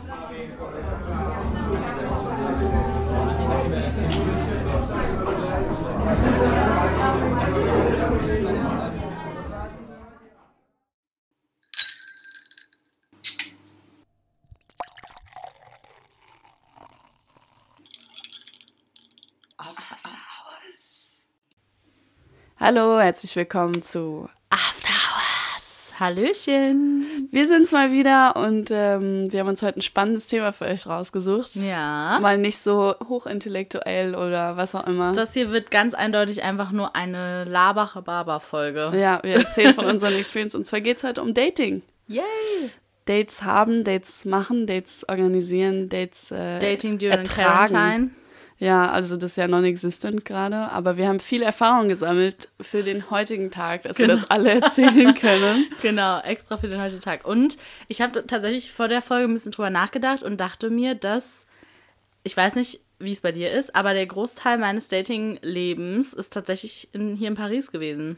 Hallo, herzlich willkommen zu After Hours. Hallöchen. Wir sind's mal wieder und wir haben uns heute ein spannendes Thema für euch rausgesucht. Ja. Mal nicht so hochintellektuell oder was auch immer. Das hier wird ganz eindeutig einfach nur eine Laber-Barber-Folge. Ja, wir erzählen von unseren Experience und zwar geht's heute um Dating. Yay. Dates haben, Dates machen, Dates organisieren, Dates Dating during ertragen. Quarantine. Ja, also das ist ja non-existent gerade, aber wir haben viel Erfahrung gesammelt für den heutigen Tag, dass wir das alle erzählen können. Genau, extra für den heutigen Tag. Und ich habe tatsächlich vor der Folge ein bisschen drüber nachgedacht und dachte mir, dass, ich weiß nicht, wie es bei dir ist, aber der Großteil meines Dating-Lebens ist tatsächlich hier in Paris gewesen.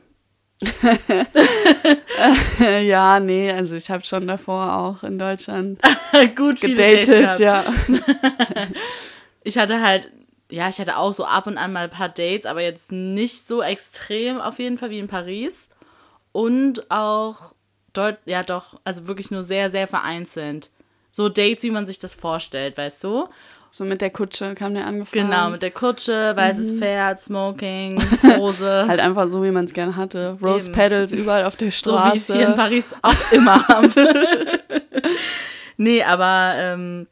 Ja, nee, also ich habe schon davor auch in Deutschland Gut viele gedatet, Dates ja. Ich hatte auch so ab und an mal ein paar Dates, aber jetzt nicht so extrem auf jeden Fall wie in Paris. Und auch also wirklich nur sehr, sehr vereinzelt. So Dates, wie man sich das vorstellt, weißt du? So mit der Kutsche kam der angefangen. Genau, mit der Kutsche, weißes Pferd, Smoking, Hose. Halt einfach so, wie man es gerne hatte. Rose Petals überall auf der Straße. So wie es hier in Paris auch immer haben. Nee, aber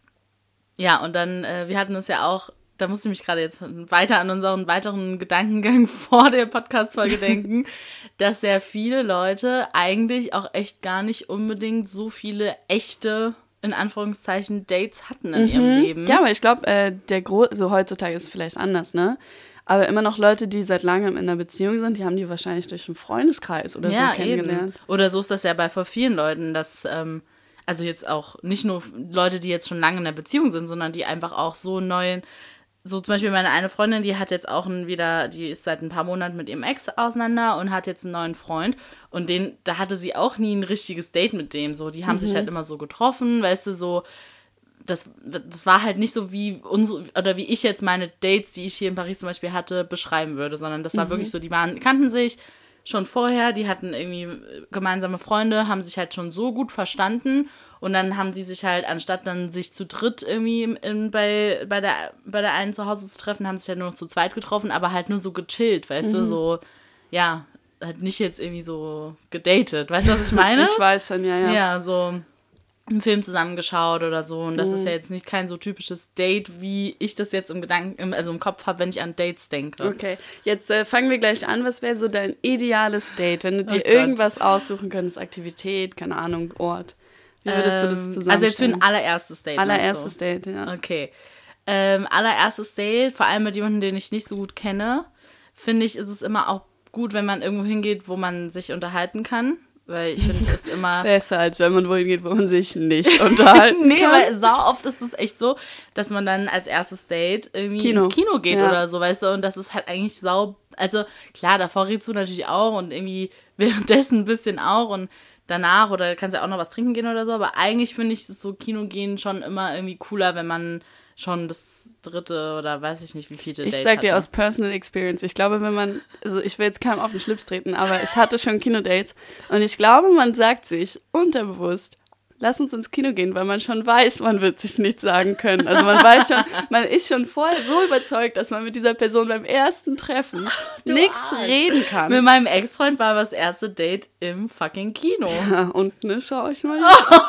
ja, und dann, wir hatten es ja auch, da musste ich mich gerade jetzt weiter an unseren weiteren Gedankengang vor der Podcast-Folge denken, dass sehr viele Leute eigentlich auch echt gar nicht unbedingt so viele echte, in Anführungszeichen, Dates hatten in ihrem Leben. Ja, aber ich glaube, so heutzutage ist es vielleicht anders, ne? Aber immer noch Leute, die seit langem in einer Beziehung sind, die haben die wahrscheinlich durch einen Freundeskreis oder so kennengelernt. Eben. Oder so ist das ja bei voll vielen Leuten, dass also jetzt auch nicht nur Leute, die jetzt schon lange in der Beziehung sind, sondern die einfach auch so neuen, so zum Beispiel meine eine Freundin, die hat jetzt auch die ist seit ein paar Monaten mit ihrem Ex auseinander und hat jetzt einen neuen Freund und da hatte sie auch nie ein richtiges Date mit dem, so, die haben sich halt immer so getroffen, weißt du, so, das war halt nicht so wie wie ich jetzt meine Dates, die ich hier in Paris zum Beispiel hatte, beschreiben würde, sondern das war wirklich so, kannten sich schon vorher, die hatten irgendwie gemeinsame Freunde, haben sich halt schon so gut verstanden und dann haben sie sich halt, anstatt dann sich zu dritt irgendwie bei der einen zu Hause zu treffen, haben sich halt nur noch zu zweit getroffen, aber halt nur so gechillt, weißt du, so, ja, halt nicht jetzt irgendwie so gedatet, weißt du, was ich meine? Ich weiß schon, ja. Ja, so einen Film zusammengeschaut oder so und das ist ja jetzt nicht kein so typisches Date, wie ich das jetzt im Kopf habe, wenn ich an Dates denke. Okay, jetzt fangen wir gleich an. Was wäre so dein ideales Date, wenn du dir irgendwas aussuchen könntest, Aktivität, keine Ahnung, Ort? Wie würdest du das zusammenstellen? Also jetzt für ein allererstes Date. Allererstes Date, ja. Okay. Allererstes Date, vor allem mit jemandem, den ich nicht so gut kenne, finde ich, ist es immer auch gut, wenn man irgendwo hingeht, wo man sich unterhalten kann. Weil ich finde es immer besser, als wenn man wohin geht, wo man sich nicht unterhalten kann. Weil sau oft ist es echt so, dass man dann als erstes Date irgendwie ins Kino geht oder so, weißt du, und das ist halt eigentlich also klar, davor redest du natürlich auch und irgendwie währenddessen ein bisschen auch und danach oder kannst ja auch noch was trinken gehen oder so, aber eigentlich finde ich so Kino gehen schon immer irgendwie cooler, wenn man schon das dritte oder weiß ich nicht, wie viele Date hatte. Ich sag dir aus Personal Experience, ich glaube, also ich will jetzt keinem auf den Schlips treten, aber ich hatte schon Kinodates und ich glaube, man sagt sich unterbewusst, lass uns ins Kino gehen, weil man schon weiß, man wird sich nichts sagen können. Also man ist schon vorher so überzeugt, dass man mit dieser Person beim ersten Treffen nichts reden kann. Mit meinem Ex-Freund war das erste Date im fucking Kino. Ja, und ne, schau euch mal.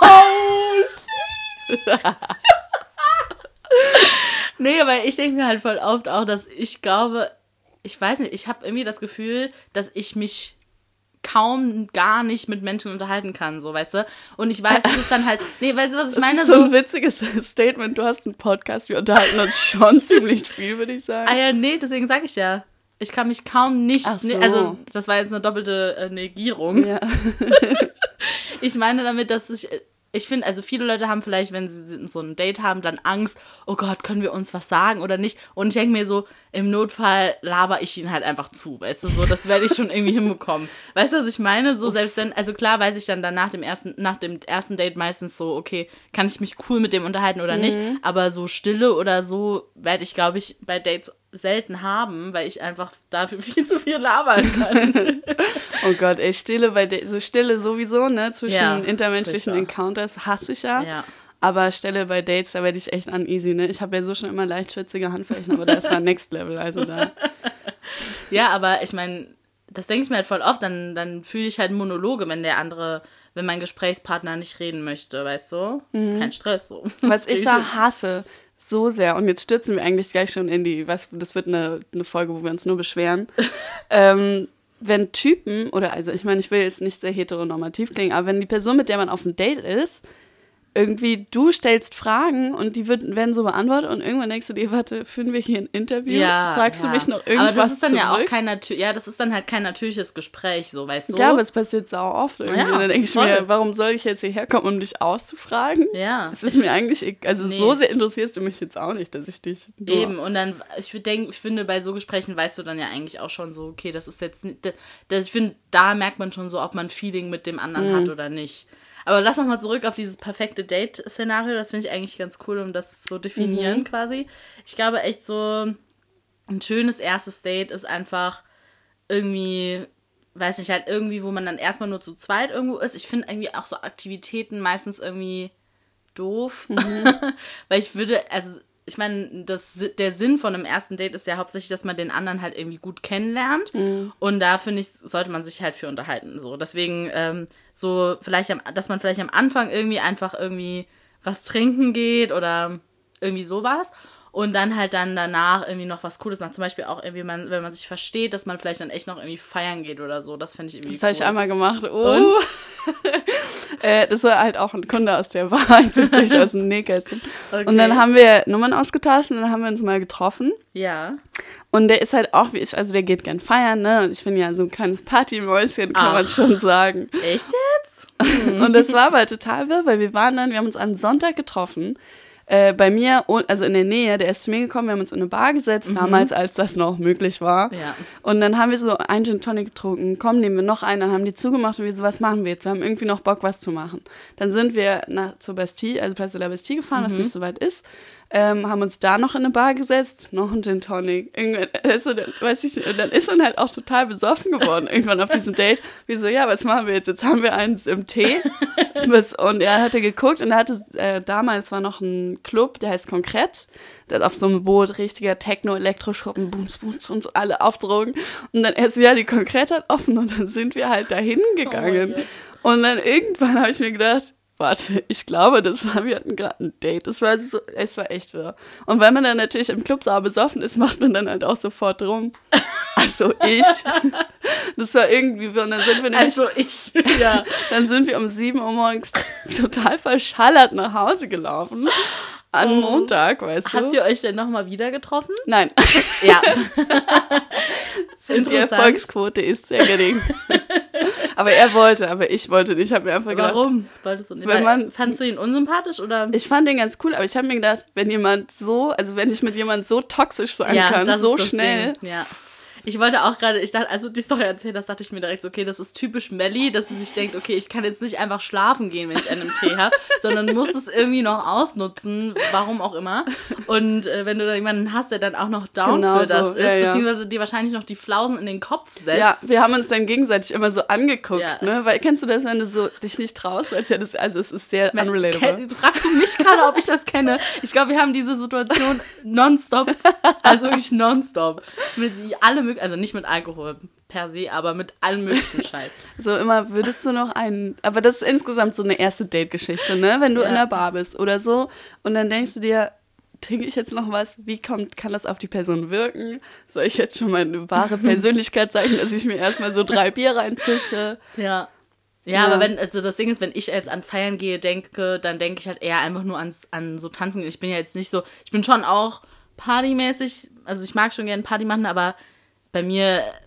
Oh, shit. Nee, aber ich denke mir halt voll oft auch, dass ich glaube, ich weiß nicht, ich habe irgendwie das Gefühl, dass ich mich kaum gar nicht mit Menschen unterhalten kann, so, weißt du? Und ich weiß, es ist dann halt, nee, weißt du, was ich meine? Das ist so ein witziges Statement, du hast einen Podcast, wir unterhalten uns schon ziemlich viel, würde ich sagen. Ah ja, nee, deswegen sage ich ja. Ich kann mich kaum nicht, Ach so. Also das war jetzt eine doppelte Negierung. Ja. Ich meine damit, dass ich ich finde, also viele Leute haben vielleicht, wenn sie so ein Date haben, dann Angst, oh Gott, können wir uns was sagen oder nicht? Und ich denke mir so, im Notfall laber ich ihn halt einfach zu, weißt du, so, das werde ich schon irgendwie hinbekommen. Weißt du, was ich meine? So, selbst wenn, also klar weiß ich dann nach dem ersten Date meistens so, okay, kann ich mich cool mit dem unterhalten oder nicht, aber so Stille oder so werde ich, glaube ich, bei Dates selten haben, weil ich einfach dafür viel zu viel labern kann. Oh Gott, ey, Stille sowieso, ne, zwischen intermenschlichen furchtbar. Encounters hasse ich ja. Ja. Aber Stille bei Dates, da werde ich echt uneasy, ne. Ich habe ja so schon immer leicht schwitzige Handflächen, aber da ist da Next Level, also da. Ja, aber ich meine, das denke ich mir halt voll oft, dann fühle ich halt Monologe, wenn mein Gesprächspartner nicht reden möchte, weißt du? Das ist kein Stress, so. Was ich da hasse, so sehr, und jetzt stürzen wir eigentlich gleich schon das wird eine Folge, wo wir uns nur beschweren, wenn Typen, oder also ich meine, ich will jetzt nicht sehr heteronormativ klingen, aber wenn die Person, mit der man auf einem Date ist, irgendwie, du stellst Fragen und die werden so beantwortet und irgendwann denkst du dir, warte, führen wir hier ein Interview? Fragst du mich noch irgendwas aber das ist dann zurück? ja auch das ist dann halt kein natürliches Gespräch, so, weißt du? Ja, aber es passiert sau oft irgendwie. Ja, Und dann denke ich voll. mir, warum soll ich jetzt hierher kommen, um dich auszufragen? Ja. Es ist mir eigentlich, also Nee. so sehr interessierst du mich jetzt auch nicht, dass ich dich nur... Eben, und dann, ich finde, bei so Gesprächen weißt du dann ja eigentlich auch schon so, okay, das ist jetzt nicht, ich finde, da merkt man schon so, ob man Feeling mit dem anderen hat oder nicht. Aber lass noch mal zurück auf dieses perfekte Date-Szenario, das finde ich eigentlich ganz cool, um das zu definieren quasi. Ich glaube echt so, ein schönes erstes Date ist einfach irgendwie, weiß nicht, halt irgendwie, wo man dann erstmal nur zu zweit irgendwo ist. Ich finde irgendwie auch so Aktivitäten meistens irgendwie doof, weil ich meine, der Sinn von einem ersten Date ist ja hauptsächlich, dass man den anderen halt irgendwie gut kennenlernt. Und da, finde ich, sollte man sich halt für unterhalten. So. Deswegen, so vielleicht, dass man vielleicht am Anfang einfach irgendwie was trinken geht oder irgendwie sowas. Und dann halt dann danach irgendwie noch was Cooles macht. Zum Beispiel auch irgendwie, wenn man sich versteht, dass man vielleicht dann echt noch irgendwie feiern geht oder so. Das finde ich irgendwie Das habe ich einmal gemacht. Und? Das war halt auch ein Kunde aus der Wahrheit, sich aus dem Nähkästchen. Okay. Und dann haben wir Nummern ausgetauscht und dann haben wir uns mal getroffen. Ja. Und der ist halt auch wie ich, also der geht gern feiern, ne? Und ich bin ja so ein kleines Partymäuschen, kann man schon sagen. Echt jetzt? Und das war aber total wirr, weil wir haben uns am Sonntag getroffen. Bei mir, also in der Nähe, der ist zu mir gekommen, wir haben uns in eine Bar gesetzt, damals, als das noch möglich war. Ja. Und dann haben wir so einen Gin Tonic getrunken, komm, nehmen wir noch einen, dann haben die zugemacht und wir so, was machen wir jetzt? Wir haben irgendwie noch Bock, was zu machen. Dann sind wir zur Bastille, also Place de la Bastille gefahren, was nicht so weit ist, haben uns da noch in eine Bar gesetzt, noch ein Gin Tonic. Dann ist man halt auch total besoffen geworden, irgendwann auf diesem Date. Wir so, ja, was machen wir jetzt? Jetzt haben wir eins im Tee. Und er hatte geguckt und er hatte, damals war noch ein Club, der heißt Konkret, der hat auf so einem Boot richtiger Techno-Elektroschuppen, Booms, Booms und so, alle auf Drogen. Und dann erst, ja, die Konkret hat offen und dann sind wir halt dahin gegangen. Oh und dann irgendwann habe ich mir gedacht, warte, ich glaube, wir hatten gerade ein Date. Es war echt wirr. Und weil man dann natürlich im Club sauer besoffen ist, macht man dann halt auch sofort rum. Also ich. Das war irgendwie, und dann sind wir nämlich, ja. Dann sind wir um 7 Uhr morgens total verschallert nach Hause gelaufen. An Montag, weißt du. Habt ihr euch denn nochmal wieder getroffen? Nein. Ja. Die Erfolgsquote ist sehr gering. Aber er wollte, aber ich wollte nicht. Ich habe mir einfach gedacht, warum wolltest du nicht? Fandst du ihn unsympathisch oder? Ich fand den ganz cool, aber ich habe mir gedacht, wenn ich mit jemand so toxisch sein kann, das so ist das schnell. Ding. Ja. Ich wollte auch gerade, ich dachte, also die Story erzählt, das dachte ich mir direkt, okay, das ist typisch Melli, dass sie sich denkt, okay, ich kann jetzt nicht einfach schlafen gehen, wenn ich einen Tee habe, sondern muss es irgendwie noch ausnutzen, warum auch immer. Und wenn du da jemanden hast, der dann auch noch down für das ist, beziehungsweise dir wahrscheinlich noch die Flausen in den Kopf setzt. Ja, wir haben uns dann gegenseitig immer so angeguckt, ne? Weil, kennst du das, wenn du so dich nicht traust? Weil es ist sehr unrelatable. Fragst du mich gerade, ob ich das kenne? Ich glaube, wir haben diese Situation nonstop, also wirklich nonstop, mit also nicht mit Alkohol per se, aber mit allem möglichen Scheiß. So immer würdest du noch aber das ist insgesamt so eine erste Date-Geschichte, ne? Wenn du in der Bar bist oder so und dann denkst du dir, trinke ich jetzt noch was? Wie kann das auf die Person wirken? Soll ich jetzt schon meine wahre Persönlichkeit zeigen, dass ich mir erstmal so 3 Bier reinzische? Ja. Ja, aber das Ding ist, wenn ich jetzt an Feiern gehe, dann denke ich halt eher einfach nur an so Tanzen. Ich bin ja jetzt nicht so, ich bin schon auch partymäßig, also ich mag schon gerne Party machen, aber bei mir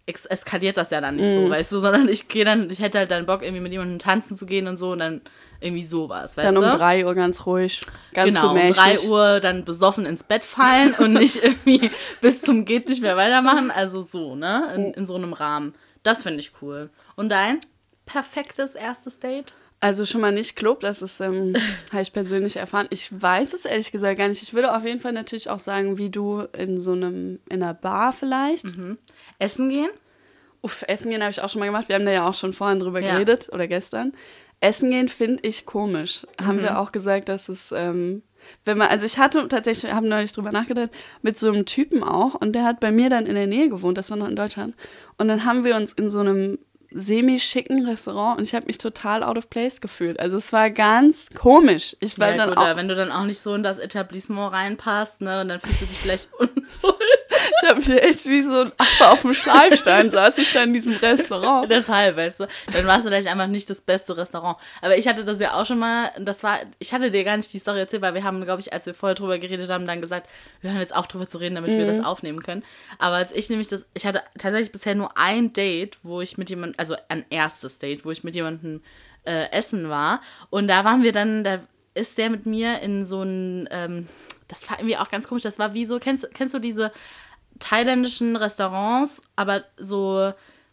eskaliert das ja dann nicht so, weißt du, sondern ich hätte halt dann Bock, irgendwie mit jemandem tanzen zu gehen und so und dann irgendwie sowas, weißt dann du? Dann um 3 Uhr ganz ruhig, ganz genau, gemächlich. Um 3 Uhr dann besoffen ins Bett fallen und nicht irgendwie bis zum geht nicht mehr weitermachen, also so, ne, in so einem Rahmen. Das finde ich cool. Und dein perfektes erstes Date? Also schon mal nicht Club, das ist, habe ich persönlich erfahren. Ich weiß es ehrlich gesagt gar nicht. Ich würde auf jeden Fall natürlich auch sagen, wie du in einer Bar vielleicht. Essen gehen? Essen gehen habe ich auch schon mal gemacht. Wir haben da ja auch schon vorhin drüber geredet oder gestern. Essen gehen finde ich komisch. Haben wir auch gesagt, dass es, wenn man, also ich habe neulich drüber nachgedacht, mit so einem Typen auch und der hat bei mir dann in der Nähe gewohnt, das war noch in Deutschland. Und dann haben wir uns in so einem semi-schicken Restaurant und ich habe mich total out of place gefühlt. Also es war ganz komisch. Ich war dann auch, wenn du dann auch nicht so in das Etablissement reinpasst, ne, und dann fühlst du dich vielleicht unwohl. Ich habe mich echt wie so ein Affe auf dem Schleifstein saß ich da in diesem Restaurant. Deshalb, weißt du, dann war es vielleicht einfach nicht das beste Restaurant. Aber ich hatte das ja auch schon mal, ich hatte dir gar nicht die Story erzählt, weil wir haben, glaube ich, als wir vorher drüber geredet haben, dann gesagt, wir hören jetzt auf drüber zu reden, damit wir das aufnehmen können. Aber als ich hatte tatsächlich bisher nur ein Date, wo ich mit jemandem, also ein erstes Date, wo ich mit jemandem essen war. Und da waren wir dann, da ist der mit mir in so ein, das war irgendwie auch ganz komisch, das war wie so, kennst du diese thailändischen Restaurants, aber so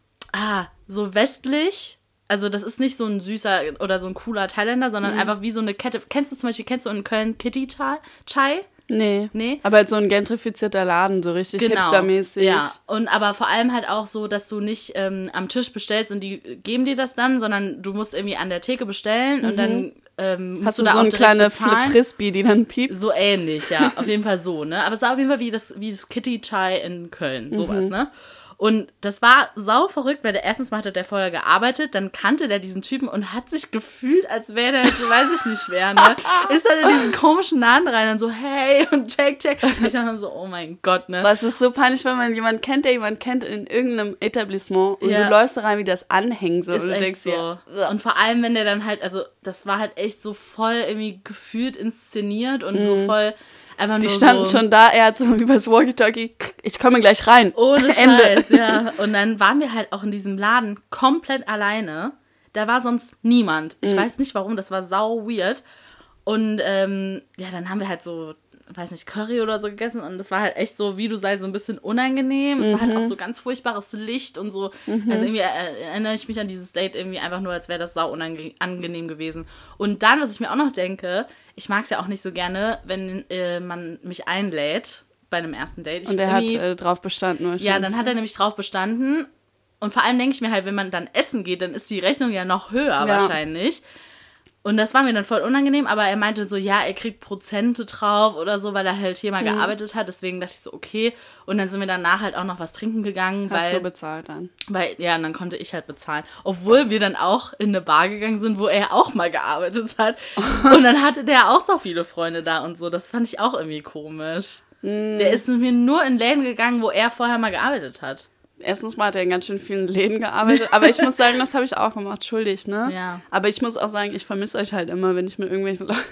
westlich. Also das ist nicht so ein süßer oder so ein cooler Thailänder, sondern einfach wie so eine Kette. Kennst du in Köln Kitty Chai? Nee. Aber halt so ein gentrifizierter Laden, so richtig hipstermäßig. Ja, und aber vor allem halt auch so, dass du nicht am Tisch bestellst und die geben dir das dann, sondern du musst irgendwie an der Theke bestellen und dann hast du da so eine kleine Frisbee, die dann piept? So ähnlich, ja. Auf jeden Fall so, ne? Aber es war auf jeden Fall wie das Kitty Chai in Köln, sowas, ne? Und das war sau verrückt, weil erstens mal hat der vorher gearbeitet, dann kannte der diesen Typen und hat sich gefühlt, als wäre der, weiß ich nicht wer, ne? Ist dann in diesen komischen Laden rein und so, hey, und check. Und ich dachte dann so, oh mein Gott, ne? Das ist so peinlich, wenn man jemanden kennt, der jemanden kennt in irgendeinem Etablissement und du läufst da rein wie das Anhängsel. Ist und du echt denkst so. dir, und vor allem, wenn der dann halt, also das war halt echt so voll irgendwie gefühlt inszeniert und so voll einfach nur die standen so, schon da, er hat so übers Walkie-Talkie, ich komme gleich rein. ohne Ende. Scheiß, ja. Und dann waren wir halt auch in diesem Laden komplett alleine. Da war sonst niemand. Ich weiß nicht warum, das war sau weird. Und dann haben wir halt so, weiß nicht, Curry oder so gegessen und das war halt echt so, wie du sagst, so ein bisschen unangenehm. Es war halt auch so ganz furchtbares Licht und so. Also irgendwie erinnere ich mich an dieses Date irgendwie einfach nur, als wäre das sau unangenehm gewesen. Und dann, was ich mir auch noch denke, ich mag es ja auch nicht so gerne, wenn man mich einlädt bei einem ersten Date. Und er hat drauf bestanden wahrscheinlich. Ja, dann hat er nämlich drauf bestanden. Und vor allem denke ich mir halt, wenn man dann essen geht, dann ist die Rechnung ja noch höher wahrscheinlich. Und das war mir dann voll unangenehm, aber er meinte so, ja, er kriegt Prozente drauf oder so, weil er halt hier mal gearbeitet hat. Deswegen dachte ich so, okay. Und dann sind wir danach halt auch noch was trinken gegangen. Hast du bezahlt dann? Ja, und dann konnte ich halt bezahlen. Obwohl wir dann auch in eine Bar gegangen sind, wo er auch mal gearbeitet hat. Und dann hatte der auch so viele Freunde da und so. Das fand ich auch irgendwie komisch. Der ist mit mir nur in Läden gegangen, wo er vorher mal gearbeitet hat. Erstens mal hat er in ganz schön vielen Läden gearbeitet, aber ich muss sagen, das habe ich auch gemacht, schuldig, ne? Ja. Aber ich muss auch sagen, ich vermisse euch halt immer, wenn ich mit irgendwelchen Leuten...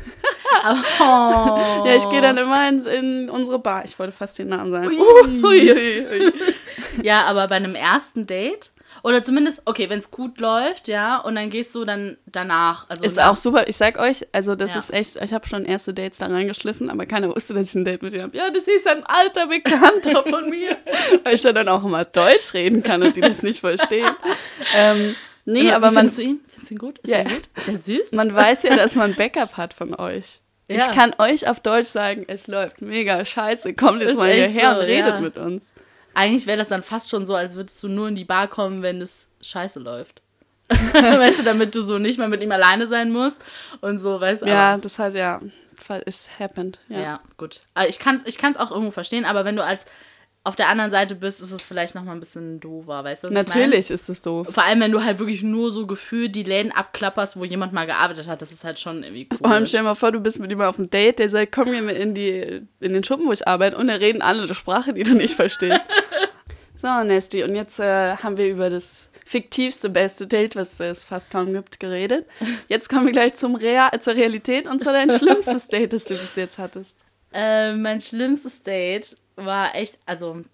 Oh. Ja, ich gehe dann immer in unsere Bar. Ich wollte fast den Namen sagen. Ui. Ja, aber bei einem ersten Date... Oder zumindest, okay, wenn es gut läuft, ja, und dann gehst du dann danach. Also ist auch super, ich sag euch, also das ist echt, ich habe schon erste Dates da reingeschliffen, aber keiner wusste, dass ich ein Date mit ihm habe. Ja, das ist ein alter Bekannter von mir. Weil ich dann auch immer Deutsch reden kann und die das nicht verstehen. Nee, aber findest du ihn? Findest du ihn gut? Ist der gut? Ist der süß? Man weiß ja, dass man Backup hat von euch. Ja. Ich kann euch auf Deutsch sagen, es läuft mega scheiße, kommt jetzt mal hierher und redet mit uns. Eigentlich wäre das dann fast schon so, als würdest du nur in die Bar kommen, wenn es scheiße läuft. Weißt du, damit du so nicht mal mit ihm alleine sein musst und so, weißt du. Ja, das hat es happened. Ja, gut. Also ich kann's auch irgendwo verstehen, aber wenn du auf der anderen Seite bist, ist es vielleicht nochmal ein bisschen doofer, weißt du, was Natürlich ist es doof. Vor allem, wenn du halt wirklich nur so gefühlt die Läden abklapperst, wo jemand mal gearbeitet hat, das ist halt schon irgendwie cool. Vor allem stell dir mal vor, du bist mit ihm auf einem Date, der sagt, komm hier mit in den Schuppen, wo ich arbeite, und da reden alle eine Sprache, die du nicht verstehst. So, Nesti, und jetzt haben wir über das fiktivste, beste Date, was es fast kaum gibt, geredet. Jetzt kommen wir gleich zur Realität und zu dein schlimmstes Date, das du bis jetzt hattest. Mein schlimmstes Date war echt, also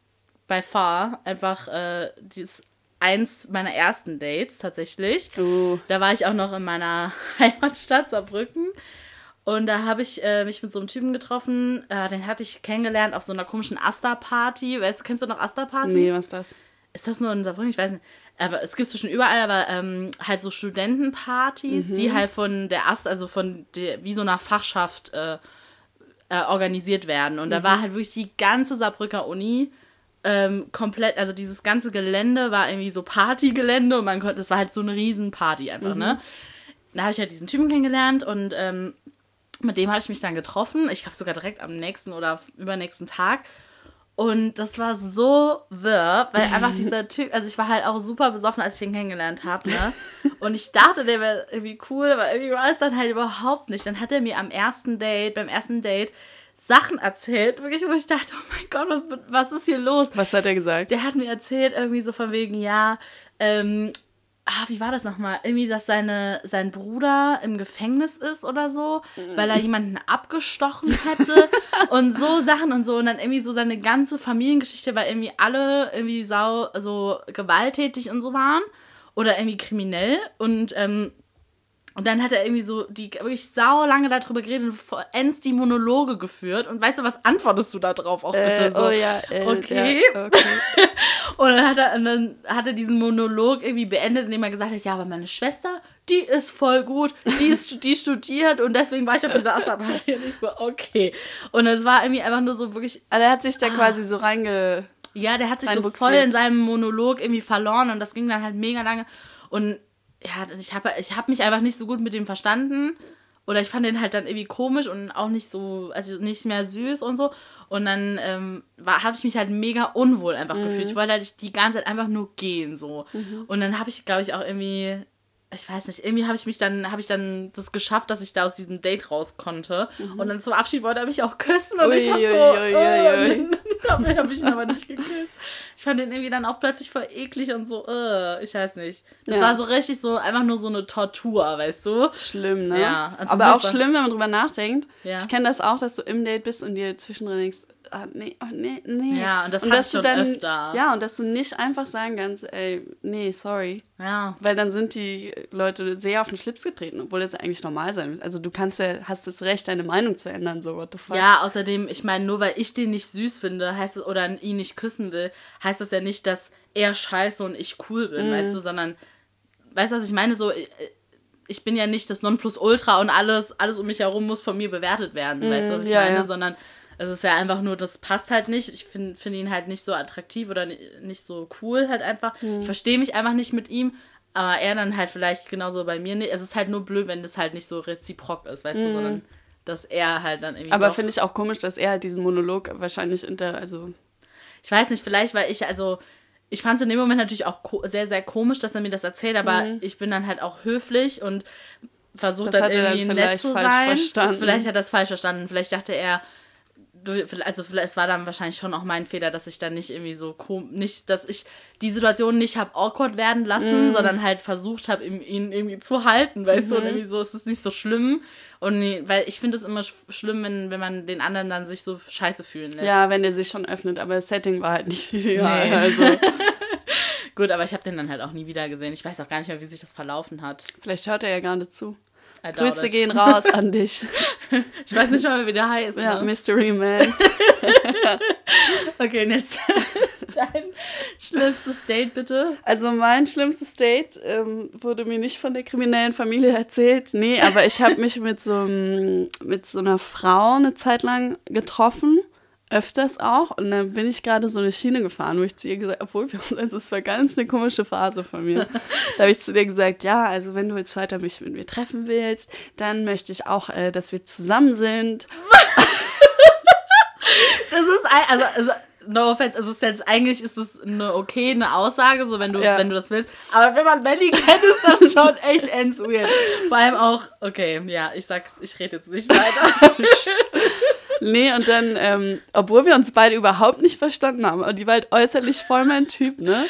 by far einfach dieses eins meiner ersten Dates tatsächlich. Da war ich auch noch in meiner Heimatstadt Saarbrücken. Und da habe ich mich mit so einem Typen getroffen, den hatte ich kennengelernt auf so einer komischen Asta-Party. Kennst du noch Asta-Partys? Nee, was ist das? Ist das nur in Saarbrücken? Ich weiß nicht. Aber es gibt es schon überall, aber halt so Studentenpartys, die halt von der Asta, also wie so einer Fachschaft organisiert werden. Und da war halt wirklich die ganze Saarbrücker Uni komplett, also dieses ganze Gelände war irgendwie so Partygelände und das war halt so eine riesen Party einfach, ne? Da habe ich halt diesen Typen kennengelernt und mit dem habe ich mich dann getroffen. Ich glaube sogar direkt am nächsten oder übernächsten Tag. Und das war so wirr, weil einfach dieser Typ, also ich war halt auch super besoffen, als ich ihn kennengelernt habe, ne? Und ich dachte, der wäre irgendwie cool, aber irgendwie war es dann halt überhaupt nicht. Dann hat er mir beim ersten Date Sachen erzählt, wirklich, wo ich dachte, oh mein Gott, was ist hier los? Was hat er gesagt? Der hat mir erzählt, irgendwie so von wegen, ja, wie war das nochmal? Irgendwie, dass sein Bruder im Gefängnis ist oder so, weil er jemanden abgestochen hätte und so Sachen und so. Und dann irgendwie so seine ganze Familiengeschichte, weil irgendwie alle irgendwie so gewalttätig und so waren oder irgendwie kriminell. Und dann hat er irgendwie so wirklich sau lange darüber geredet und vollends die Monologe geführt. Und weißt du, was antwortest du da drauf auch bitte? So, oh ja, okay. Ja, okay. Und dann hat er diesen Monolog irgendwie beendet, indem er gesagt hat, ja, aber meine Schwester, die ist voll gut, die studiert und deswegen war ich auf dieser Asta-Party. Und ich so, okay. Und es war irgendwie einfach nur so wirklich... Also er hat sich da quasi so Ja, der hat sich so voll in seinem Monolog irgendwie verloren und das ging dann halt mega lange. Und ja, ich hab mich einfach nicht so gut mit dem verstanden. Oder ich fand den halt dann irgendwie komisch und auch nicht so, also nicht mehr süß und so. Und dann habe ich mich halt mega unwohl einfach gefühlt. Ich wollte halt die ganze Zeit einfach nur gehen, so. Und dann habe ich, glaube ich, auch irgendwie, ich weiß nicht, irgendwie habe ich dann das geschafft, dass ich da aus diesem Date raus konnte. Und dann zum Abschied wollte er mich auch küssen und ich habe dann habe ich ihn aber nicht geküsst. Ich fand den irgendwie dann auch plötzlich voll eklig und so, ich weiß nicht. Das war so richtig so, einfach nur so eine Tortur, weißt du? Schlimm, ne? Ja. Also aber auch schlimm, wenn man drüber nachdenkt. Ja. Ich kenne das auch, dass du im Date bist und dir zwischendrin denkst, nee. Ja, und das hatte ich schon öfter. Ja, und dass du nicht einfach sagen kannst, ey, nee, sorry. Ja. Weil dann sind die Leute sehr auf den Schlips getreten, obwohl das eigentlich normal sein will. Also du hast das Recht, deine Meinung zu ändern, so, what the fuck. Ja, außerdem, ich meine, nur weil ich den nicht süß finde, heißt es, oder ihn nicht küssen will, heißt das ja nicht, dass er scheiße und ich cool bin, weißt du, sondern, weißt du, was ich meine, so, ich bin ja nicht das Nonplusultra und alles um mich herum muss von mir bewertet werden, weißt du, was ich meine, sondern es ist ja einfach nur, das passt halt nicht. Ich finde ihn halt nicht so attraktiv oder nicht so cool halt einfach. Ich verstehe mich einfach nicht mit ihm, aber er dann halt vielleicht genauso bei mir nicht. Es ist halt nur blöd, wenn das halt nicht so reziprok ist, weißt du, sondern dass er halt dann irgendwie. Aber finde ich auch komisch, dass er halt diesen Monolog wahrscheinlich ich weiß nicht, vielleicht, weil ich fand es in dem Moment natürlich auch sehr, sehr komisch, dass er mir das erzählt, aber ich bin dann halt auch höflich und versuche dann irgendwie nett zu sein. Verstanden. Vielleicht hat er das falsch verstanden. Vielleicht dachte er, es war dann wahrscheinlich schon auch mein Fehler, dass ich dann nicht irgendwie so dass ich die Situation nicht habe awkward werden lassen, sondern halt versucht habe, ihn irgendwie zu halten, weißt du, und irgendwie so, es ist nicht so schlimm. Und weil ich finde es immer schlimm, wenn man den anderen dann sich so scheiße fühlen lässt. Ja, wenn der sich schon öffnet, aber das Setting war halt nicht ideal. Nee. Also. Gut, aber ich habe den dann halt auch nie wieder gesehen. Ich weiß auch gar nicht mehr, wie sich das verlaufen hat. Vielleicht hört er ja gerade zu. Grüße gehen raus an dich. Ich weiß nicht mal, wie der heißt. Ja, ne? Mystery Man. Okay, und jetzt dein schlimmstes Date, bitte. Also mein schlimmstes Date wurde mir nicht von der kriminellen Familie erzählt. Nee, aber ich habe mich mit so einer Frau eine Zeit lang getroffen. Öfters auch. Und dann bin ich gerade so eine Schiene gefahren, wo ich zu ihr gesagt habe, es war ganz eine komische Phase von mir. Da habe ich zu dir gesagt, ja, also wenn du jetzt weiter mich mit mir treffen willst, dann möchte ich auch, dass wir zusammen sind. Das ist, also no offense, also eigentlich ist das eine Aussage, so wenn du das willst. Aber wenn man Melly kennt, ist das schon echt ends weird. Vor allem auch, okay, ja, ich rede jetzt nicht weiter. Nee, und dann, obwohl wir uns beide überhaupt nicht verstanden haben, und die war halt äußerlich voll mein Typ, ne?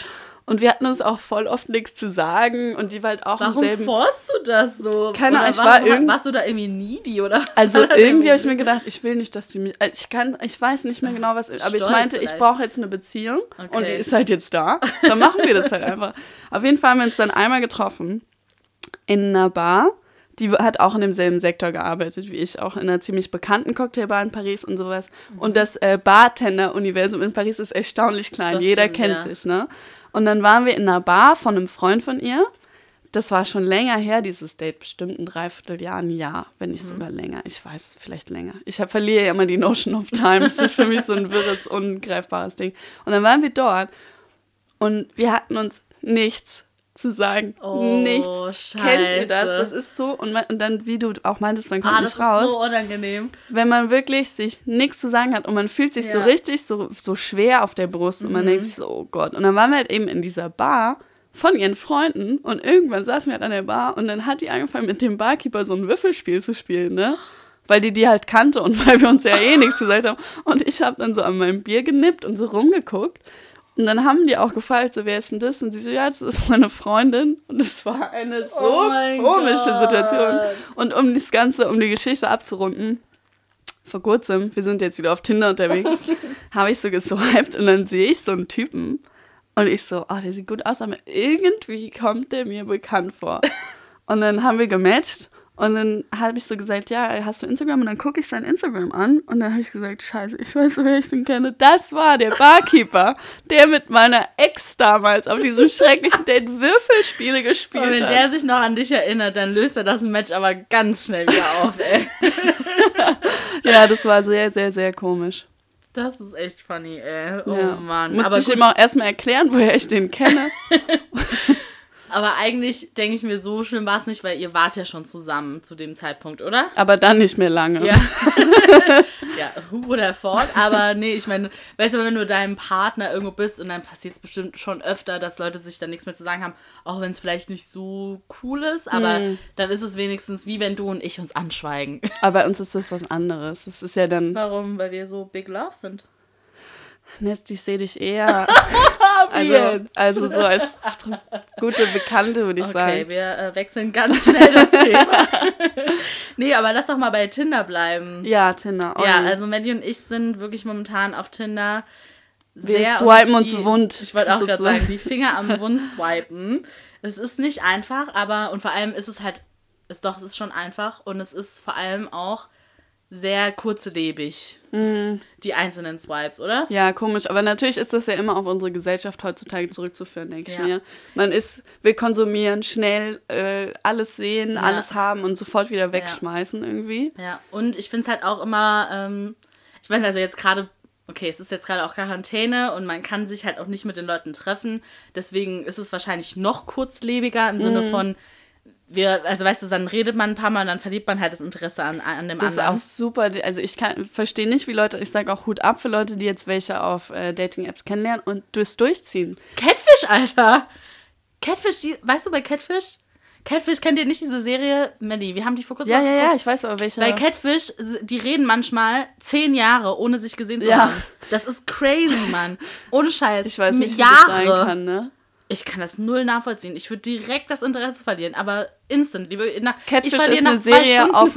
Und wir hatten uns auch voll oft nichts zu sagen und die war halt auch Warum im selben... forst du das so? Keine Ahnung, warst du da irgendwie needy oder was? Also irgendwie habe ich mir gedacht, ich will nicht, dass die mich... Ich weiß nicht mehr genau, was... Aber ich meinte, ich brauche jetzt eine Beziehung und die ist halt jetzt da. Dann machen wir das halt einfach. Auf jeden Fall haben wir uns dann einmal getroffen in einer Bar. Die hat auch in demselben Sektor gearbeitet wie ich, auch in einer ziemlich bekannten Cocktailbar in Paris und sowas. Und das Bartender-Universum in Paris ist erstaunlich klein. Das Jeder stimmt, kennt sich, ne? Und dann waren wir in einer Bar von einem Freund von ihr. Das war schon länger her, dieses Date, bestimmt ein Dreivierteljahr, ein Jahr, wenn nicht sogar länger. Ich weiß, vielleicht länger. Ich verliere ja immer die Notion of time. Das ist für mich so ein wirres, ungreifbares Ding. Und dann waren wir dort und wir hatten uns nichts zu sagen. Nichts. Scheiße. Kennt ihr das? Das ist so, und dann, wie du auch meintest, man kommt nicht raus. Das ist so unangenehm. Wenn man wirklich sich nichts zu sagen hat und man fühlt sich so richtig so schwer auf der Brust und man denkt sich so, oh Gott. Und dann waren wir halt eben in dieser Bar von ihren Freunden und irgendwann saßen wir halt an der Bar und dann hat die angefangen mit dem Barkeeper so ein Würfelspiel zu spielen, ne? Weil die halt kannte und weil wir uns ja eh nichts gesagt haben. Und ich habe dann so an meinem Bier genippt und so rumgeguckt. Und dann haben die auch gefragt, so, wer ist denn das? Und sie so, ja, das ist meine Freundin. Und es war eine so komische Situation. Und um die Geschichte abzurunden, vor kurzem, wir sind jetzt wieder auf Tinder unterwegs, habe ich so geswiped und dann sehe ich so einen Typen. Und ich so, der sieht gut aus, aber irgendwie kommt der mir bekannt vor. Und dann haben wir gematcht. Und dann habe ich so gesagt, ja, hast du Instagram? Und dann gucke ich sein Instagram an. Und dann habe ich gesagt, scheiße, ich weiß, wer ich den kenne. Das war der Barkeeper, der mit meiner Ex damals auf diesem schrecklichen Date Würfelspiele gespielt hat. Und wenn der sich noch an dich erinnert, dann löst er das Match aber ganz schnell wieder auf, ey. Ja, das war sehr, sehr, sehr komisch. Das ist echt funny, ey. Oh ja. Mann. Musste ich ihm auch erstmal erklären, woher ich den kenne. Aber eigentlich denke ich mir, so schlimm war es nicht, weil ihr wart ja schon zusammen zu dem Zeitpunkt, oder? Aber dann nicht mehr lange. Ja, ja, who would have thought? Aber nee, ich meine, weißt du, wenn du deinem Partner irgendwo bist und dann passiert es bestimmt schon öfter, dass Leute sich dann nichts mehr zu sagen haben, auch wenn es vielleicht nicht so cool ist, aber dann ist es wenigstens wie wenn du und ich uns anschweigen. Aber bei uns ist das was anderes. Das ist ja dann... Warum? Weil wir so big love sind. Nest, ich sehe dich eher also so als gute Bekannte, würde ich sagen. Okay, wir wechseln ganz schnell das Thema. Nee, aber lass doch mal bei Tinder bleiben. Ja, Tinder. Ja, also Maddie und ich sind wirklich momentan auf Tinder wir swipen uns wund. Ich wollte auch gerade sagen, die Finger am Wund swipen. Es ist nicht einfach, aber und vor allem ist es halt, es ist schon einfach und es ist vor allem auch sehr kurzlebig, die einzelnen Swipes, oder? Ja, komisch. Aber natürlich ist das ja immer auf unsere Gesellschaft heutzutage zurückzuführen, denke ich mir. Man will konsumieren, schnell alles sehen, alles haben und sofort wieder wegschmeißen irgendwie. Ja, und ich finde es halt auch immer, ich weiß nicht, also jetzt gerade, okay, es ist jetzt gerade auch Quarantäne und man kann sich halt auch nicht mit den Leuten treffen. Deswegen ist es wahrscheinlich noch kurzlebiger im Sinne von, also weißt du, dann redet man ein paar Mal und dann verliert man halt das Interesse an dem anderen. Das ist auch super, also ich verstehe nicht, wie Leute, ich sage auch Hut ab für Leute, die jetzt welche auf Dating-Apps kennenlernen und das durchziehen. Catfish, Alter! Catfish, weißt du bei Catfish? Catfish, kennt ihr nicht diese Serie? Melly, wir haben die vor kurzem Ja, ich weiß aber welche. Bei Catfish, die reden manchmal 10 Jahre, ohne sich gesehen zu haben. Das ist crazy, Mann. Ohne Scheiß. Ich weiß nicht, wie Jahre. das sein kann, ne? Ich kann das null nachvollziehen. Ich würde direkt das Interesse verlieren, aber instant. Catfish ist eine Serie auf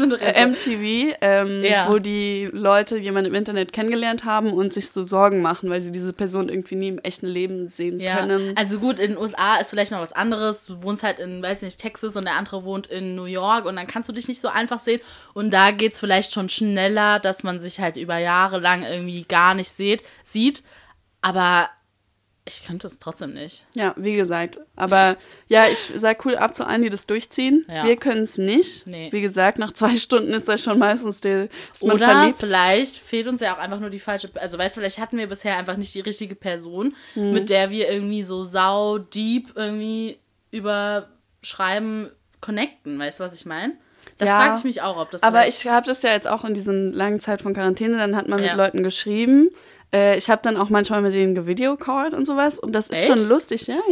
MTV, wo die Leute jemanden im Internet kennengelernt haben und sich so Sorgen machen, weil sie diese Person irgendwie nie im echten Leben sehen können. Also gut, in den USA ist vielleicht noch was anderes. Du wohnst halt in, weiß nicht, Texas und der andere wohnt in New York und dann kannst du dich nicht so einfach sehen. Und da geht es vielleicht schon schneller, dass man sich halt über Jahre lang irgendwie gar nicht sieht. Aber ich könnte es trotzdem nicht. Ja, wie gesagt. Aber ja, ich sage cool ab zu allen, die das durchziehen. Ja. Wir können es nicht. Nee. Wie gesagt, nach 2 Stunden ist das schon meistens ist man verliebt. Vielleicht fehlt uns ja auch einfach nur die falsche, also weißt du, vielleicht hatten wir bisher einfach nicht die richtige Person, mit der wir irgendwie so deep irgendwie über Schreiben connecten. Weißt du, was ich meine? Das frage ich mich auch, ob das aber ich habe das ja jetzt auch in diesen langen Zeit von Quarantäne, dann hat man mit Leuten geschrieben. Ich habe dann auch manchmal mit denen gevideocallt und sowas. Und das ist schon lustig. Ja.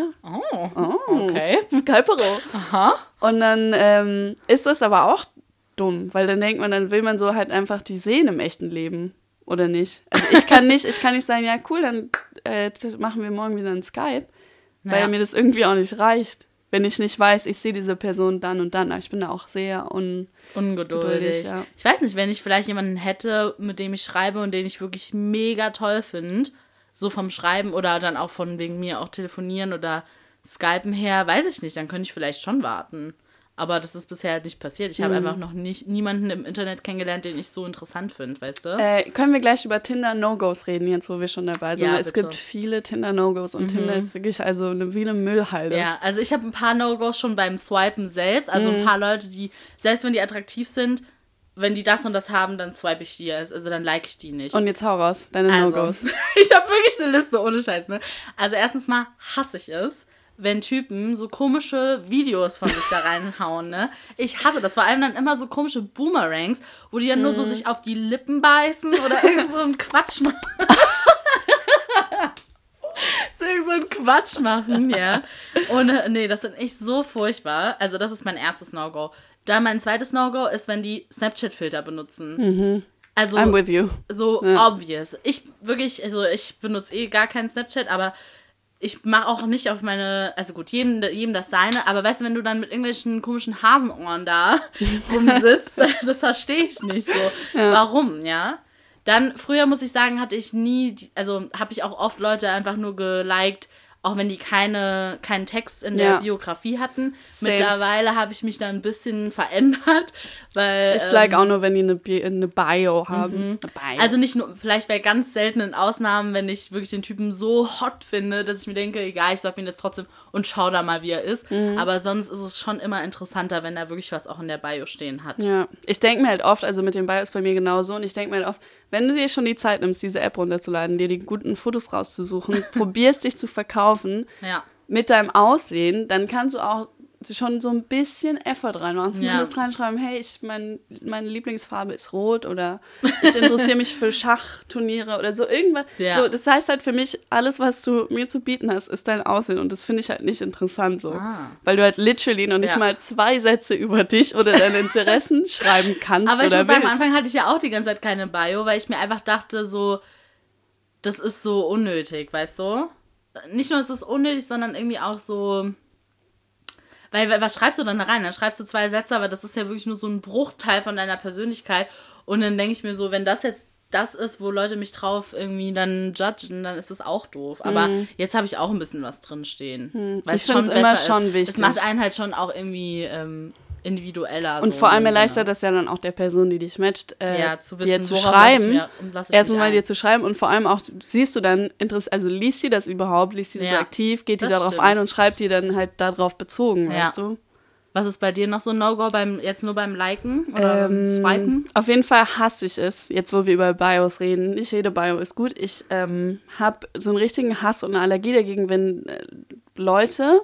Oh, okay. Skypero. Aha. Und dann ist das aber auch dumm, weil dann denkt man, dann will man so halt einfach die sehen im echten Leben. Oder nicht? Also ich kann nicht sagen, ja cool, dann machen wir morgen wieder ein Skype. weil mir das irgendwie auch nicht reicht. Wenn ich nicht weiß, ich sehe diese Person dann und dann. Aber ich bin da auch sehr ungeduldig. Ja. Ich weiß nicht, wenn ich vielleicht jemanden hätte, mit dem ich schreibe und den ich wirklich mega toll finde, so vom Schreiben oder dann auch von wegen mir auch telefonieren oder Skypen her, weiß ich nicht, dann könnte ich vielleicht schon warten. Aber das ist bisher halt nicht passiert. Ich habe einfach noch niemanden im Internet kennengelernt, den ich so interessant finde, weißt du? Können wir gleich über Tinder-No-Gos reden, jetzt wo wir schon dabei sind? Ja, es gibt viele Tinder-No-Gos und Tinder ist wirklich also wie eine Müllhalde. Ja, also ich habe ein paar No-Gos schon beim Swipen selbst. Also ein paar Leute, die, selbst wenn die attraktiv sind, wenn die das und das haben, dann swipe ich die, also dann like ich die nicht. Und jetzt hau raus, deine No-Gos. Ich habe wirklich eine Liste, ohne Scheiß, ne? Also erstens mal hasse ich es, wenn Typen so komische Videos von sich da reinhauen, ne? Ich hasse das. Vor allem dann immer so komische Boomerangs, wo die dann nur so sich auf die Lippen beißen oder irgend so einen Quatsch machen. So einen Quatsch machen, ja. Und nee, das finde ich so furchtbar. Also das ist mein erstes No-Go. Dann mein zweites No-Go ist, wenn die Snapchat-Filter benutzen. Also I'm with you. So obvious. Ich benutze gar keinen Snapchat, aber ich mache auch nicht auf meine, also gut, jedem das seine, aber weißt du, wenn du dann mit irgendwelchen komischen Hasenohren da rumsitzt, das verstehe ich nicht so. Ja. Warum, ja? Dann, früher muss ich sagen, habe ich auch oft Leute einfach nur geliked, auch wenn die keinen Text in der Biografie hatten. Same. Mittlerweile habe ich mich da ein bisschen verändert, weil... Ich like auch nur, wenn die eine Bio haben. Also nicht nur, vielleicht bei ganz seltenen Ausnahmen, wenn ich wirklich den Typen so hot finde, dass ich mir denke, egal, ich swipe ihn jetzt trotzdem und schau da mal, wie er ist. Aber sonst ist es schon immer interessanter, wenn da wirklich was auch in der Bio stehen hat. Ja, ich denke mir halt oft, also mit dem Bio ist bei mir genauso, und ich denke mir halt oft, wenn du dir schon die Zeit nimmst, diese App runterzuladen, dir die guten Fotos rauszusuchen, probierst dich zu verkaufen mit deinem Aussehen, dann kannst du auch schon so ein bisschen Effort reinmachen. Zumindest reinschreiben, hey, meine Lieblingsfarbe ist rot oder ich interessiere mich für Schachturniere oder so irgendwas. Ja. So, das heißt halt für mich, alles, was du mir zu bieten hast, ist dein Aussehen, und das finde ich halt nicht interessant so. Weil du halt literally noch nicht mal 2 Sätze über dich oder deine Interessen schreiben kannst. Aber ich oder muss sagen, am Anfang hatte ich ja auch die ganze Zeit keine Bio, weil ich mir einfach dachte, so, das ist so unnötig, weißt du? Nicht nur ist es unnötig, sondern irgendwie auch so... Weil, was schreibst du dann da rein? Dann schreibst du 2 Sätze, aber das ist ja wirklich nur so ein Bruchteil von deiner Persönlichkeit. Und dann denke ich mir so, wenn das jetzt das ist, wo Leute mich drauf irgendwie dann judgen, dann ist das auch doof. Aber jetzt habe ich auch ein bisschen was drinstehen. Weil ich finde es immer schon wichtig. Es macht einen halt schon auch irgendwie individueller. Und so vor allem erleichtert das ja dann auch der Person, die dich matcht, zu wissen, dir zu schreiben. Erstmal dir zu schreiben, und vor allem auch, siehst du dann, also liest sie das überhaupt, liest sie das aktiv, geht die darauf ein und schreibt die dann halt darauf bezogen, weißt du? Was ist bei dir noch so ein No-Go, jetzt nur beim Liken oder beim Swipen? Auf jeden Fall hasse ich es, jetzt wo wir über Bios reden. Nicht jede Bio ist gut. Ich habe so einen richtigen Hass und eine Allergie dagegen, wenn Leute...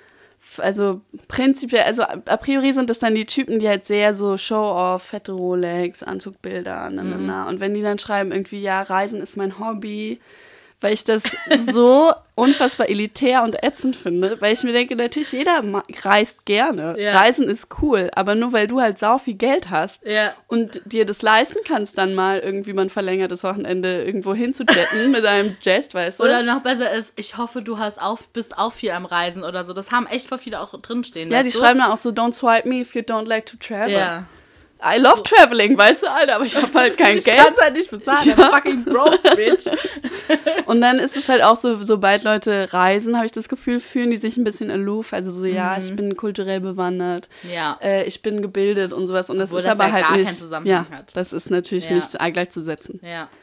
Also prinzipiell, also a priori sind das dann die Typen, die halt sehr so Show-off, fette Rolex, Anzugbilder, und wenn die dann schreiben irgendwie, ja, Reisen ist mein Hobby, weil ich das so unfassbar elitär und ätzend finde, weil ich mir denke, natürlich jeder reist gerne, Reisen ist cool, aber nur weil du halt sau viel Geld hast und dir das leisten kannst, dann mal irgendwie mal ein verlängertes Wochenende irgendwo hinzujetten mit einem Jet, weißt du? Oder noch besser ist, ich hoffe, du bist auch viel am Reisen oder so. Das haben echt voll viele auch drinstehen. Ja, die schreiben dann auch so, don't swipe me if you don't like to travel. Ja. I love traveling, weißt du, Alter, aber ich habe halt kein Geld. Ich kann es halt nicht bezahlen, I'm fucking broke, bitch. Und dann ist es halt auch so, sobald Leute reisen, habe ich das Gefühl, fühlen die sich ein bisschen aloof. Also so, ich bin kulturell bewandert, ich bin gebildet und sowas. Und das ist aber halt gar nicht, keinen Zusammenhang hat. Das ist natürlich nicht gleichzusetzen.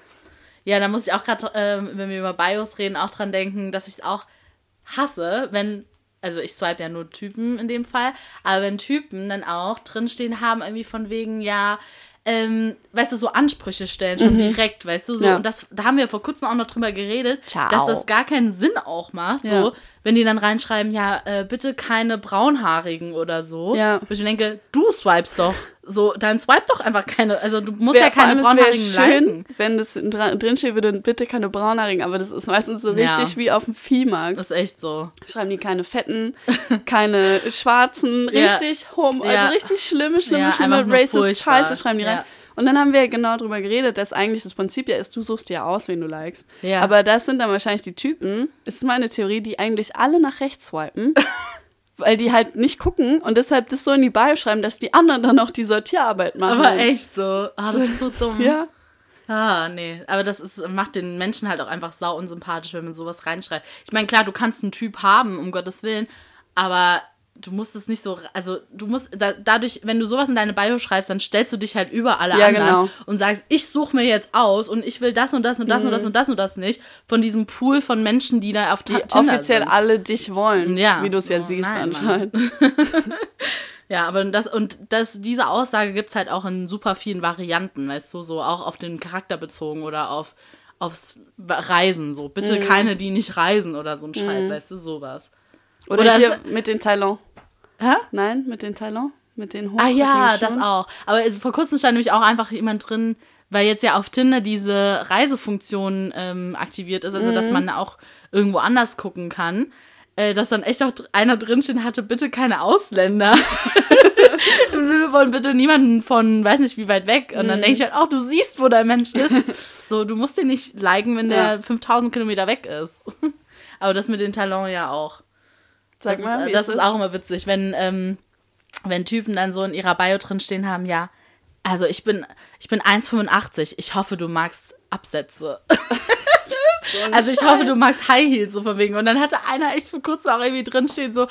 Ja, da muss ich auch gerade, wenn wir über Bios reden, auch dran denken, dass ich es auch hasse, also ich swipe ja nur Typen in dem Fall, aber wenn Typen dann auch drinstehen haben, irgendwie von wegen, weißt du, so Ansprüche stellen, schon direkt, weißt du, so. Und da haben wir vor kurzem auch noch drüber geredet, dass das gar keinen Sinn auch macht, so, wenn die dann reinschreiben, bitte keine Braunhaarigen oder so. Ja. Wo ich mir denke, du swipest doch. So, dann swipe doch einfach keine, also du musst ja keine Braunhaarigen liken. Wenn das drinstehen würde, bitte keine Braunhaarigen, aber das ist meistens so richtig wie auf dem Viehmarkt. Das ist echt so. Schreiben die keine Fetten, keine Schwarzen, richtig also richtig schlimme Racist Scheiße schreiben die rein. Und dann haben wir genau drüber geredet, dass eigentlich das Prinzip ja ist, du suchst dir aus, wen du likest. Ja. Aber das sind dann wahrscheinlich die Typen, ist meine Theorie, die eigentlich alle nach rechts swipen, weil die halt nicht gucken und deshalb das so in die Bio schreiben, dass die anderen dann auch die Sortierarbeit machen. Aber echt so. Das ist so dumm. Ja. Nee. Aber macht den Menschen halt auch einfach sau unsympathisch, wenn man sowas reinschreibt. Ich meine, klar, du kannst einen Typ haben, um Gottes Willen, aber du musst es nicht so, also du musst, dadurch, wenn du sowas in deine Bio schreibst, dann stellst du dich halt über alle anderen und sagst, ich suche mir jetzt aus und ich will das und das und das und das und das und das nicht von diesem Pool von Menschen, die da auf die Tinder offiziell sind. alle dich wollen, wie du es ja siehst nein, anscheinend. Ja, aber diese Aussage gibt es halt auch in super vielen Varianten, weißt du, so auch auf den Charakter bezogen oder aufs Reisen, so. Bitte keine, die nicht reisen oder so ein Scheiß, weißt du, sowas. Oder hier mit den Talons. Hä? Nein, mit den Talons? Mit den Ah ja, das auch. Aber vor kurzem stand nämlich auch einfach jemand drin, weil jetzt ja auf Tinder diese Reisefunktion aktiviert ist, also dass man auch irgendwo anders gucken kann, dass dann echt auch einer drinstehen hatte, bitte keine Ausländer. Im Sinne von bitte niemanden von, weiß nicht wie weit weg. Und dann denke ich halt auch, du siehst, wo der Mensch ist. So, du musst den nicht liken, wenn der 5000 Kilometer weg ist. Aber das mit den Talons ja auch. Sag mal, das ist auch immer witzig, wenn Typen dann so in ihrer Bio drin stehen haben, ja, also ich bin 1,85, ich hoffe, du magst Absätze. Also ich hoffe, du magst High Heels, so von wegen. Und dann hatte einer echt vor kurzem auch irgendwie drinstehen, so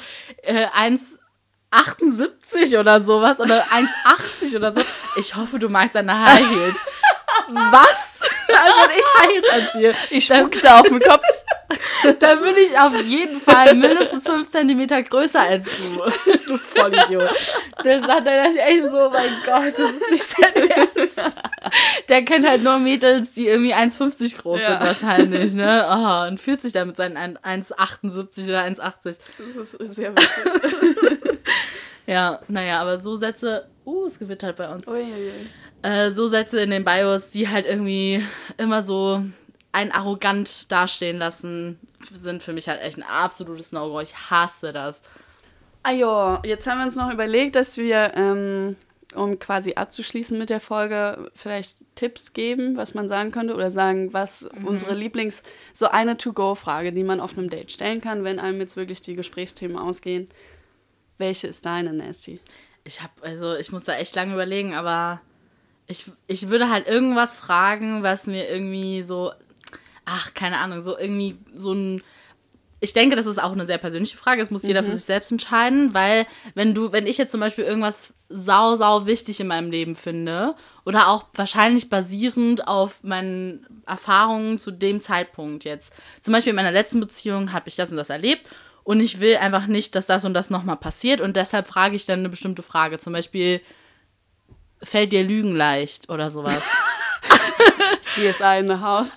1,78 oder sowas oder 1,80 oder so. Ich hoffe, du magst deine High Heels. Was? Also wenn ich High Heels anziehe, ich spuck da auf den Kopf. Dann bin ich auf jeden Fall mindestens 5 Zentimeter größer als du. Du Vollidiot. Der sagt dann echt so, mein Gott, das ist nicht sein Ernst. Der kennt halt nur Mädels, die irgendwie 1,50 groß sind wahrscheinlich, ne? Oh, und fühlt sich dann mit seinen 1,78 oder 1,80. Das ist sehr witzig. Ja, naja, aber so Sätze, es gewittert bei uns. Uiuiui. So Sätze in den Bios, die halt irgendwie immer so einen arrogant dastehen lassen, sind für mich halt echt ein absolutes No-Go. Ich hasse das. Ah ja, jetzt haben wir uns noch überlegt, dass wir, um quasi abzuschließen mit der Folge, vielleicht Tipps geben, was man sagen könnte oder sagen, was unsere so eine To-Go-Frage, die man auf einem Date stellen kann, wenn einem jetzt wirklich die Gesprächsthemen ausgehen. Welche ist deine, Nasty? Ich muss da echt lange überlegen, aber ich würde halt irgendwas fragen, was mir irgendwie so, keine Ahnung, so irgendwie so ein, ich denke, das ist auch eine sehr persönliche Frage, das muss jeder für sich selbst entscheiden, weil wenn ich jetzt zum Beispiel irgendwas sau wichtig in meinem Leben finde oder auch wahrscheinlich basierend auf meinen Erfahrungen zu dem Zeitpunkt jetzt, zum Beispiel in meiner letzten Beziehung habe ich das und das erlebt und ich will einfach nicht, dass das und das nochmal passiert und deshalb frage ich dann eine bestimmte Frage, zum Beispiel, fällt dir Lügen leicht oder sowas? CSI in the house.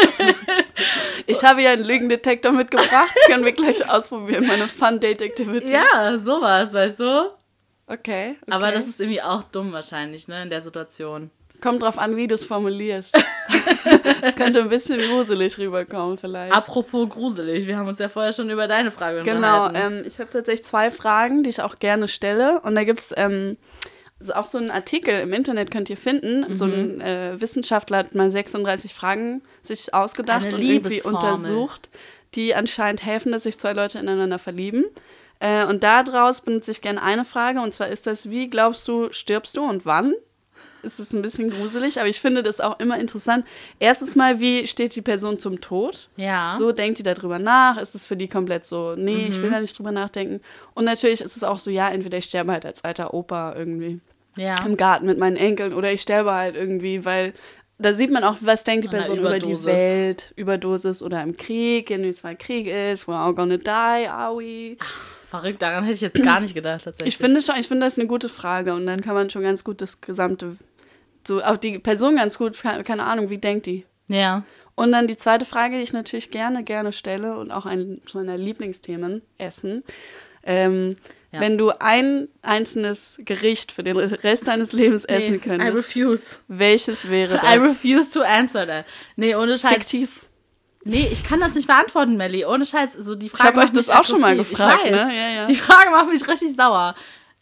Ich habe ja einen Lügendetektor mitgebracht. Können wir gleich ausprobieren, meine Fun-Date-Activity. Ja, sowas, weißt du? Okay. Aber das ist irgendwie auch dumm wahrscheinlich, ne, in der Situation. Kommt drauf an, wie du es formulierst. Das könnte ein bisschen gruselig rüberkommen vielleicht. Apropos gruselig, wir haben uns ja vorher schon über deine Frage unterhalten. Genau, ich habe tatsächlich 2 Fragen, die ich auch gerne stelle. Und da gibt es auch so einen Artikel im Internet, könnt ihr finden. So ein Wissenschaftler hat mal 36 Fragen sich ausgedacht und irgendwie untersucht, die anscheinend helfen, dass sich 2 Leute ineinander verlieben. Und daraus benutze ich gerne eine Frage, und zwar ist das, wie glaubst du, stirbst du und wann? Es ist ein bisschen gruselig, aber ich finde das auch immer interessant. Erstens mal, wie steht die Person zum Tod? Ja. So denkt die darüber nach? Ist es für die komplett so, nee, ich will da nicht drüber nachdenken? Und natürlich ist es auch so, ja, entweder ich sterbe halt als alter Opa irgendwie im Garten mit meinen Enkeln oder ich sterbe halt irgendwie, weil da sieht man auch, was denkt die Person über die Welt, Überdosis oder im Krieg, wenn jetzt mal Krieg ist, we're all gonna die, are we? Verrückt, daran hätte ich jetzt gar nicht gedacht, tatsächlich. Ich finde das eine gute Frage und dann kann man schon ganz gut das gesamte, so auch die Person ganz gut, keine Ahnung, wie denkt die? Ja. Und dann die zweite Frage, die ich natürlich gerne stelle und auch ein meiner Lieblingsthemen, Essen. Wenn du ein einzelnes Gericht für den Rest deines Lebens essen könntest. I refuse. Welches wäre das? I refuse to answer that. Nee, ohne Scheiß. Fiktiv. Nee, ich kann das nicht beantworten, Melli. Ohne Scheiß. Also die Frage ich habe euch das auch schon mal gefragt. Ich weiß. Ne? Ja. Die Frage macht mich richtig sauer.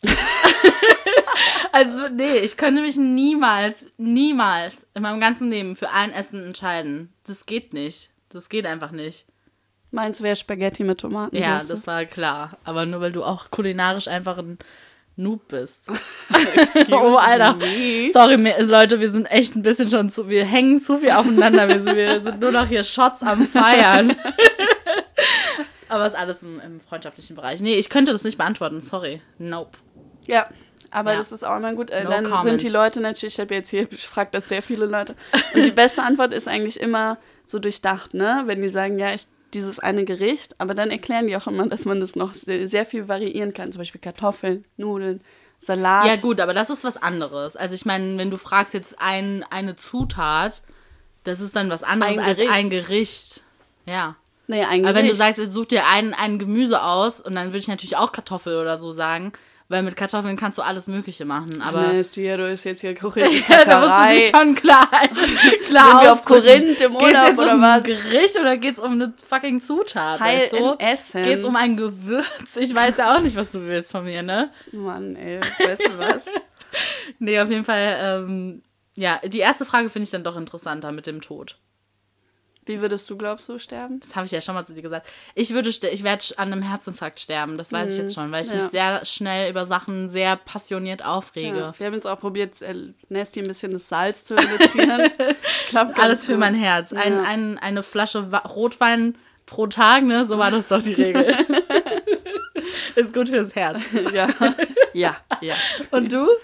Also, nee, ich könnte mich niemals in meinem ganzen Leben für ein Essen entscheiden. Das geht nicht. Das geht einfach nicht. Meins wäre Spaghetti mit Tomaten. Ja, das war klar. Aber nur, weil du auch kulinarisch einfach ein Noob bist. Oh, Alter. Me. Sorry, Leute, wir sind echt ein bisschen wir hängen zu viel aufeinander. Wir sind nur noch hier Shots am Feiern. Aber ist alles im freundschaftlichen Bereich. Nee, ich könnte das nicht beantworten. Sorry. Nope. Ja, aber Ja. das ist auch immer gut. No Dann comment. sind die Leute natürlich, ich frage das sehr viele Leute. Und die beste Antwort ist eigentlich immer so durchdacht, ne? Wenn die sagen, ja, dieses eine Gericht, aber dann erklären die auch immer, dass man das noch sehr, sehr viel variieren kann. Zum Beispiel Kartoffeln, Nudeln, Salat. Ja gut, aber das ist was anderes. Also ich meine, wenn du fragst jetzt eine Zutat, das ist dann was anderes als ein Gericht. Ja. Nee, ein Aber wenn du Gericht. sagst, such dir ein Gemüse aus, und dann würde ich natürlich auch Kartoffel oder so sagen, weil mit Kartoffeln kannst du alles Mögliche machen. Aber Nee, du ist jetzt hier Korinth. da musst du dich schon klar Sind wir auf ausdrücken. Korinth im Geht's Urlaub jetzt oder um was? ein Gericht oder geht's um eine fucking Zutat? Heil Weißt du? in Essen. Geht's um ein Gewürz? Ich weiß ja auch nicht, was du willst von mir, ne? Mann, ey, weißt du was? Nee, auf jeden Fall, ja, die erste Frage finde ich dann doch interessanter mit dem Tod. Wie würdest du, glaubst du, sterben? Das habe ich ja schon mal zu dir gesagt. Ich werde an einem Herzinfarkt sterben, das weiß ich jetzt schon, weil ich Ja. mich sehr schnell über Sachen sehr passioniert aufrege. Ja, wir haben jetzt auch probiert, Nasty ein bisschen das Salz zu reduzieren. Klappt ganz Alles für gut. mein Herz. Ja. Eine Flasche Rotwein pro Tag, ne? So war das doch die Regel. Ist gut fürs Herz. Ja. Und du?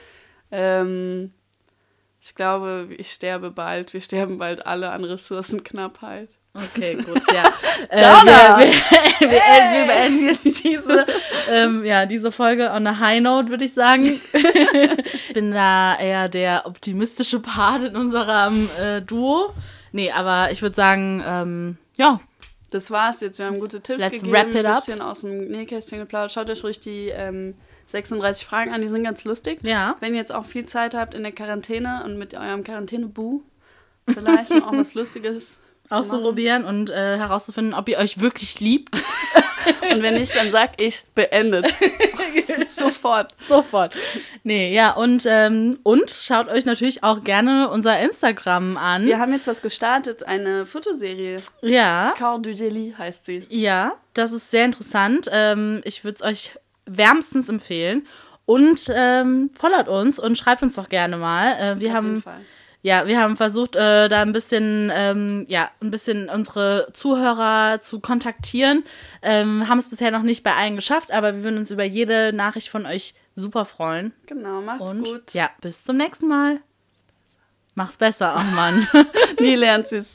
Ich glaube, ich sterbe bald. Wir sterben bald alle an Ressourcenknappheit. Okay, gut, ja. Downer! Wir beenden jetzt diese Folge on a high note, würde ich sagen. Ich bin da eher der optimistische Part in unserem Duo. Nee, aber ich würde sagen, ja. Das war's jetzt. Wir haben gute Tipps Let's gegeben. wrap it up. Ein bisschen aus dem Nähkästchen geplaudert. Schaut euch ruhig die 36 Fragen an. Die sind ganz lustig. Ja. Wenn ihr jetzt auch viel Zeit habt in der Quarantäne und mit eurem Quarantäne-Boo vielleicht noch auch was Lustiges Auszuprobieren und herauszufinden, ob ihr euch wirklich liebt. Und wenn nicht, dann sag ich, beendet. Sofort. Nee, ja, und schaut euch natürlich auch gerne unser Instagram an. Wir haben jetzt was gestartet, eine Fotoserie. Ja. Corps du Délit heißt sie. Ja, das ist sehr interessant. Ich würde es euch wärmstens empfehlen. Und followt uns und schreibt uns doch gerne mal. Wir Auf jeden Fall. haben versucht, da ein bisschen unsere Zuhörer zu kontaktieren. Haben es bisher noch nicht bei allen geschafft, aber wir würden uns über jede Nachricht von euch super freuen. Genau, macht's Und gut. ja, bis zum nächsten Mal. Mach's besser, oh Mann. Nie lernt sie's.